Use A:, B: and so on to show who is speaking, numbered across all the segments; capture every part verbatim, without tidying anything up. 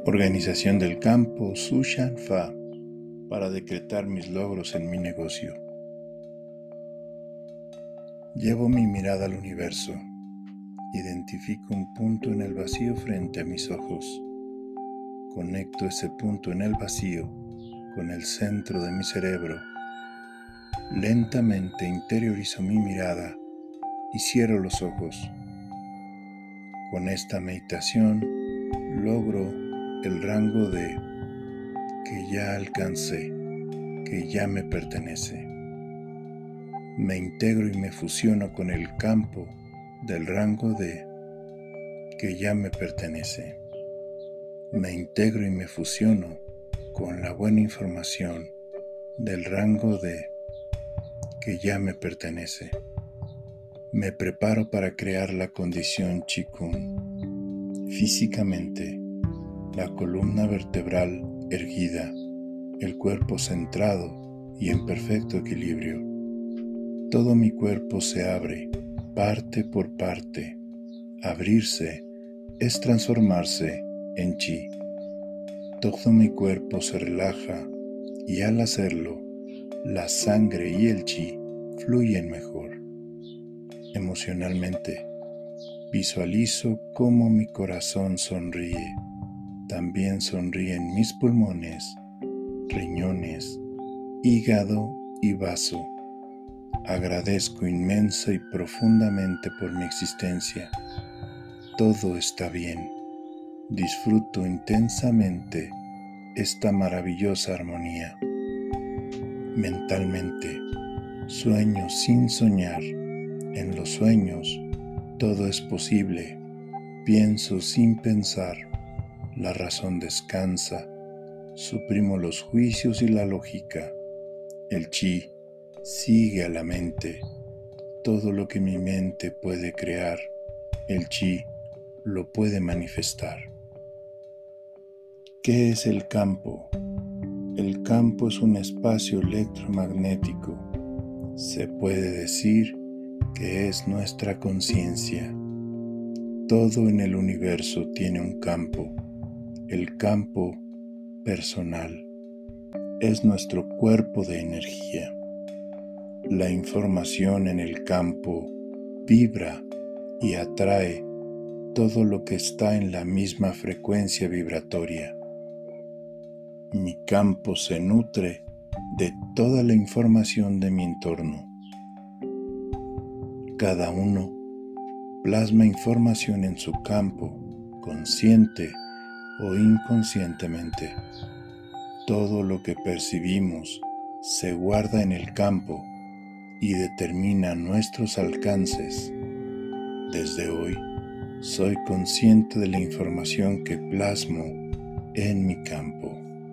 A: Organización del campo Su Shan Fa para decretar mis logros en mi negocio. Llevo mi mirada al universo. Identifico un punto en el vacío frente a mis ojos. Conecto ese punto en el vacío con el centro de mi cerebro. Lentamente interiorizo mi mirada y cierro los ojos. Con esta meditación logro el rango de que ya alcancé, que ya me pertenece. Me integro y me fusiono con el campo del rango de que ya me pertenece. Me integro y me fusiono con la buena información del rango de que ya me pertenece. Me preparo para crear la condición Qigong. Físicamente, la columna vertebral erguida, el cuerpo centrado y en perfecto equilibrio. Todo mi cuerpo se abre, parte por parte. Abrirse es transformarse en Qi. Todo mi cuerpo se relaja y al hacerlo, la sangre y el Qi fluyen mejor. Emocionalmente, visualizo cómo mi corazón sonríe. También sonríen mis pulmones, riñones, hígado y vaso. Agradezco inmensa y profundamente por mi existencia. Todo está bien. Disfruto intensamente esta maravillosa armonía. Mentalmente, sueño sin soñar. En los sueños, todo es posible. Pienso sin pensar. La razón descansa. Suprimo los juicios y la lógica. El Qi sigue a la mente. Todo lo que mi mente puede crear, el Qi lo puede manifestar. ¿Qué es el campo? El campo es un espacio electromagnético. Se puede decir que es nuestra conciencia. Todo en el universo tiene un campo. El campo personal es nuestro cuerpo de energía. La información en el campo vibra y atrae todo lo que está en la misma frecuencia vibratoria. Mi campo se nutre de toda la información de mi entorno. Cada uno plasma información en su campo, consciente o inconscientemente. Todo lo que percibimos se guarda en el campo y determina nuestros alcances. Desde hoy, soy consciente de la información que plasmo en mi campo.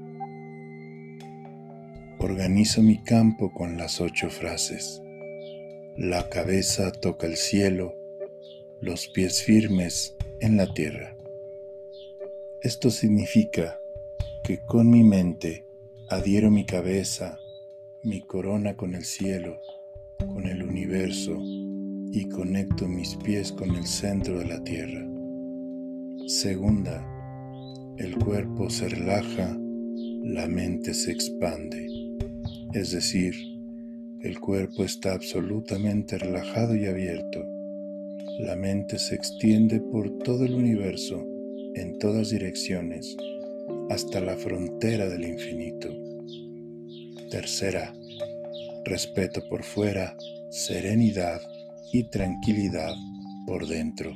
A: Organizo mi campo con las ocho frases. La cabeza toca el cielo, los pies firmes en la tierra. Esto significa que con mi mente adhiero mi cabeza, mi corona con el cielo, con el universo y conecto mis pies con el centro de la tierra. Segunda, el cuerpo se relaja, la mente se expande. Es decir, el cuerpo está absolutamente relajado y abierto. La mente se extiende por todo el universo, en todas direcciones, hasta la frontera del infinito. Tercera, respeto por fuera, serenidad y tranquilidad por dentro.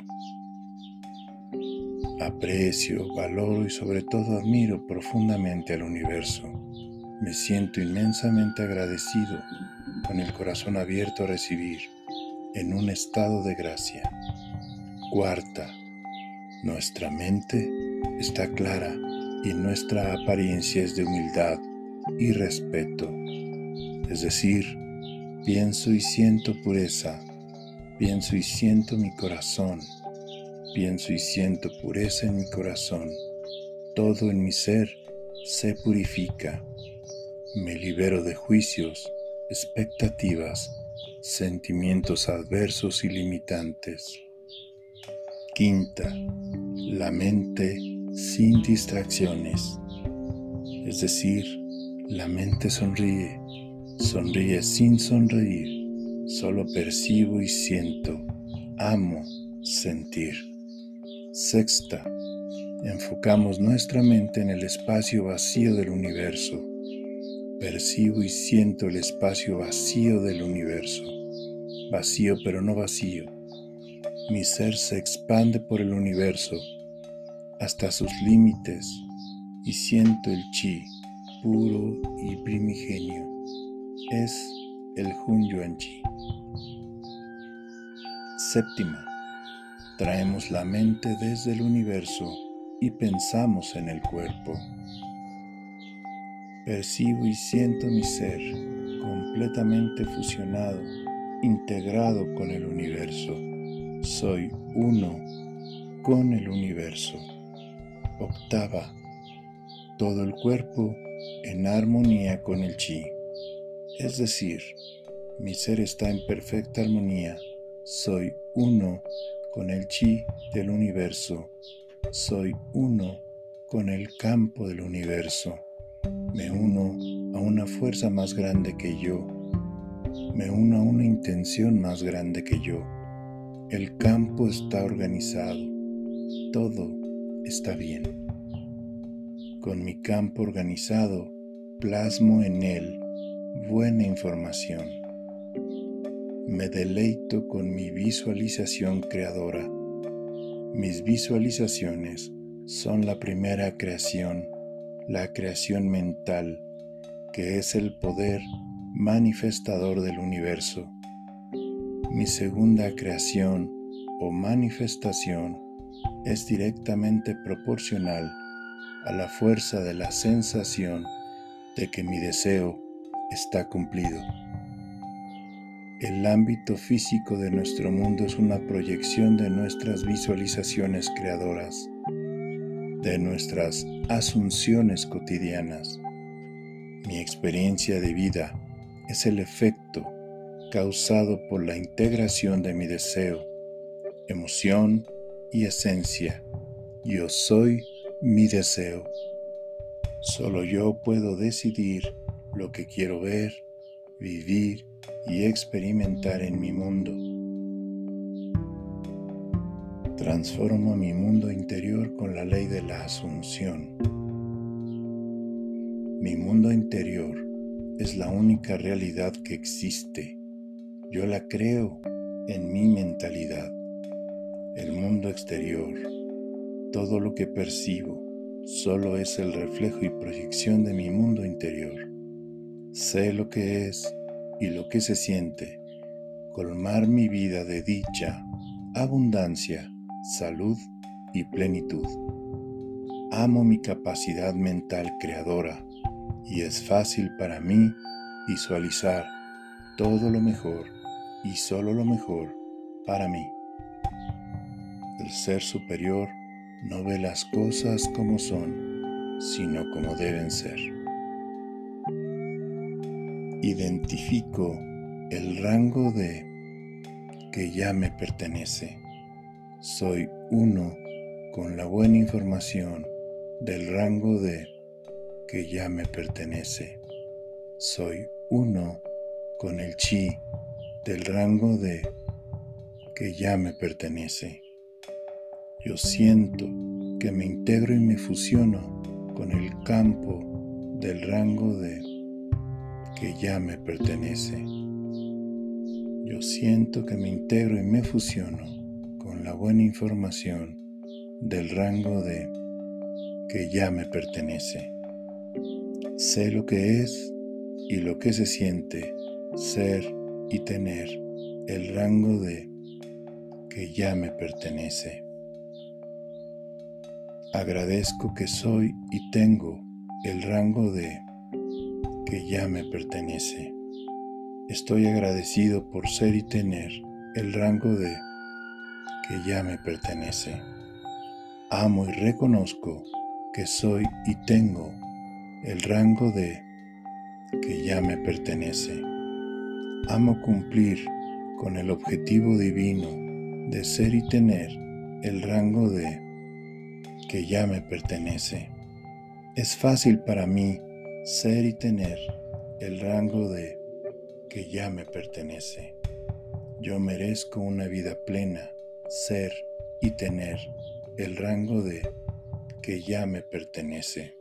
A: Aprecio, valoro y sobre todo admiro profundamente al universo. Me siento inmensamente agradecido, con el corazón abierto a recibir, en un estado de gracia. Cuarta, nuestra mente está clara y nuestra apariencia es de humildad y respeto. Es decir, pienso y siento pureza, pienso y siento mi corazón, pienso y siento pureza en mi corazón. Todo en mi ser se purifica. Me libero de juicios, expectativas, sentimientos adversos y limitantes. Quinta, la mente sin distracciones. Es decir, la mente sonríe, sonríe sin sonreír, solo percibo y siento, amo sentir. Sexta, enfocamos nuestra mente en el espacio vacío del universo. Percibo y siento el espacio vacío del universo. Vacío pero no vacío. Mi ser se expande por el universo hasta sus límites y siento el chi puro y primigenio. Es el Hun Yuan Chi. Séptima, traemos la mente desde el universo y pensamos en el cuerpo. Percibo y siento mi ser completamente fusionado, integrado con el universo. Soy uno con el universo. Octava, todo el cuerpo en armonía con el chi. Es decir, mi ser está en perfecta armonía. Soy uno con el chi del universo. Soy uno con el campo del universo. Me uno a una fuerza más grande que yo. Me uno a una intención más grande que yo. El campo está organizado. Todo está bien. Con mi campo organizado, plasmo en él buena información. Me deleito con mi visualización creadora. Mis visualizaciones son la primera creación, la creación mental, que es el poder manifestador del universo. Mi segunda creación o manifestación es directamente proporcional a la fuerza de la sensación de que mi deseo está cumplido. El ámbito físico de nuestro mundo es una proyección de nuestras visualizaciones creadoras, de nuestras asunciones cotidianas. Mi experiencia de vida es el efecto causado por la integración de mi deseo, emoción y esencia. Yo soy mi deseo. Solo yo puedo decidir lo que quiero ver, vivir y experimentar en mi mundo. Transformo mi mundo interior con la ley de la asunción. Mi mundo interior es la única realidad que existe. Yo la creo en mi mentalidad. El mundo exterior, todo lo que percibo, solo es el reflejo y proyección de mi mundo interior. Sé lo que es y lo que se siente, colmar mi vida de dicha, abundancia, salud y plenitud. Amo mi capacidad mental creadora y es fácil para mí visualizar todo lo mejor y solo lo mejor para mí. El ser superior no ve las cosas como son, sino como deben ser. Identifico el rango de que ya me pertenece. Soy uno con la buena información del rango de que ya me pertenece. Soy uno con el chi del rango de que ya me pertenece. Yo siento que me integro y me fusiono con el campo del rango de que ya me pertenece. Yo siento que me integro y me fusiono con la buena información del rango de que ya me pertenece. Sé lo que es y lo que se siente ser y tener el rango de que ya me pertenece. Agradezco que soy y tengo el rango de que ya me pertenece. Estoy agradecido por ser y tener el rango de que ya me pertenece. Amo y reconozco que soy y tengo el rango de que ya me pertenece. Amo cumplir con el objetivo divino de ser y tener el rango de que ya me pertenece. Es fácil para mí ser y tener el rango de que ya me pertenece. Yo merezco una vida plena, ser y tener el rango de que ya me pertenece.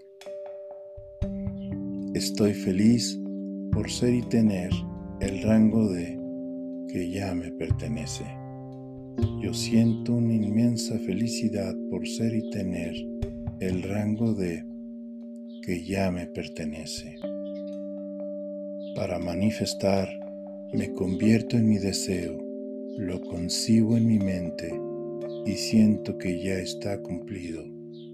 A: Estoy feliz por ser y tener el rango de que ya me pertenece. Yo siento una inmensa felicidad por ser y tener el rango de que ya me pertenece. Para manifestar, me convierto en mi deseo, lo concibo en mi mente y siento que ya está cumplido.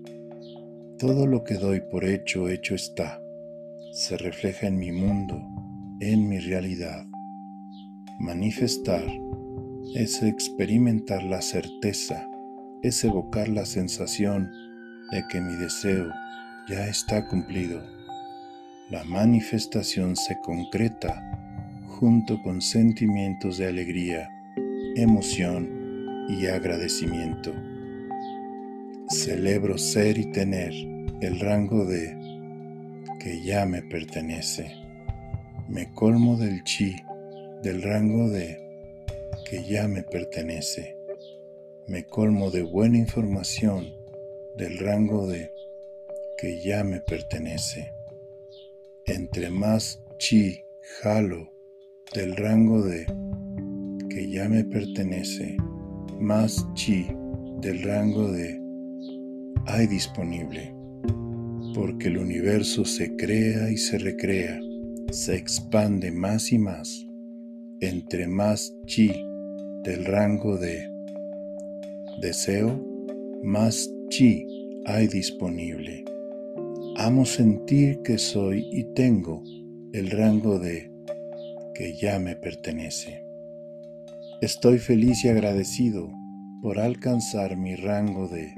A: Todo lo que doy por hecho, hecho está. Se refleja en mi mundo, en mi realidad. Manifestar es experimentar la certeza, es evocar la sensación de que mi deseo ya está cumplido. La manifestación se concreta junto con sentimientos de alegría, emoción y agradecimiento. Celebro ser y tener el rango de que ya me pertenece. Me colmo del chi, del rango de que ya me pertenece. Me colmo de buena información del rango de que ya me pertenece. Entre más chi jalo del rango de que ya me pertenece, más chi del rango de hay disponible, porque el universo se crea y se recrea, se expande más y más. Entre más chi del rango de deseo, más chi hay disponible. Amo sentir que soy y tengo el rango de que ya me pertenece. Estoy feliz y agradecido por alcanzar mi rango de.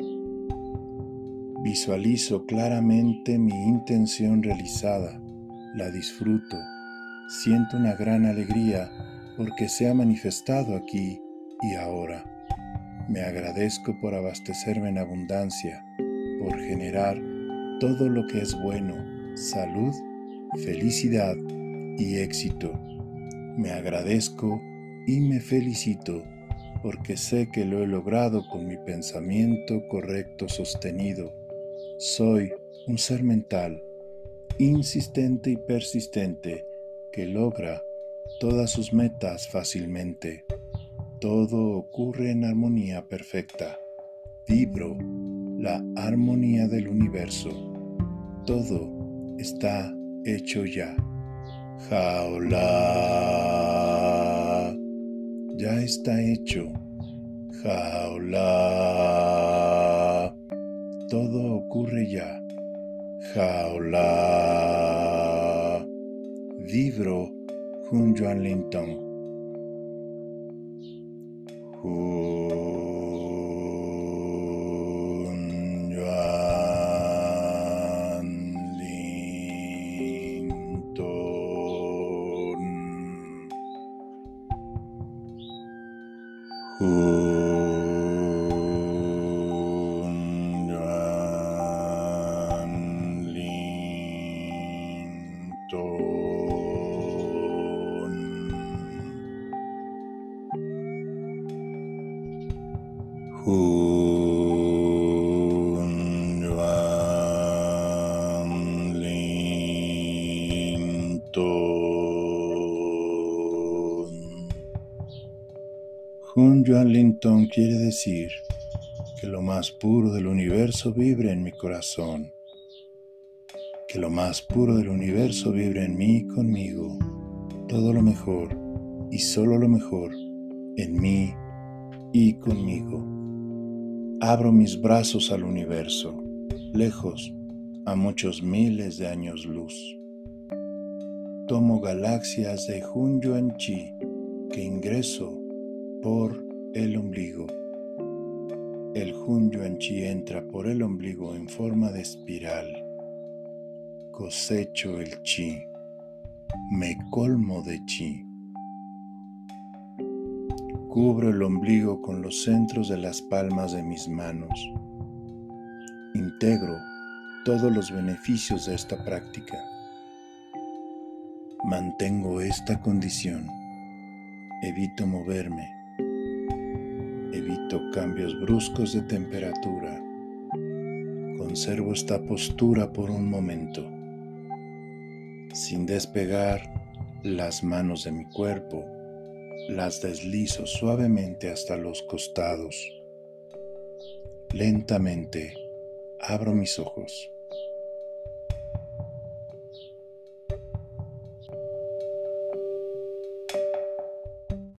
A: Visualizo claramente mi intención realizada, la disfruto, siento una gran alegría porque se ha manifestado aquí y ahora. Me agradezco por abastecerme en abundancia, por generar todo lo que es bueno, salud, felicidad y éxito. Me agradezco y me felicito porque sé que lo he logrado con mi pensamiento correcto sostenido. Soy un ser mental, insistente y persistente, que logra todas sus metas fácilmente. Todo ocurre en armonía perfecta. Vibro la armonía del universo. Todo está hecho ya. Jaula. Ya está hecho. Jaula. Todo ocurre ya. Jaula. Vibro Hun Yuan Lin Tong. Hun Yuan Lin Tong. Hun Yuan Lin Tong. Hun Yuan Lin Tong. Hun Yuan Lin Tong quiere decir que lo más puro del universo vibra en mi corazón, que lo más puro del universo vibra en mí y conmigo, todo lo mejor y solo lo mejor en mí y conmigo. Abro mis brazos al universo, lejos, a muchos miles de años luz. Tomo galaxias de Hun Yuan Chi que ingreso por el ombligo. El Hun Yuan Chi entra por el ombligo en forma de espiral. Cosecho el chi. Me colmo de chi. Cubro el ombligo con los centros de las palmas de mis manos. Integro todos los beneficios de esta práctica. Mantengo esta condición. Evito moverme. Evito cambios bruscos de temperatura. Conservo esta postura por un momento, sin despegar las manos de mi cuerpo. Las deslizo suavemente hasta los costados. Lentamente abro mis ojos.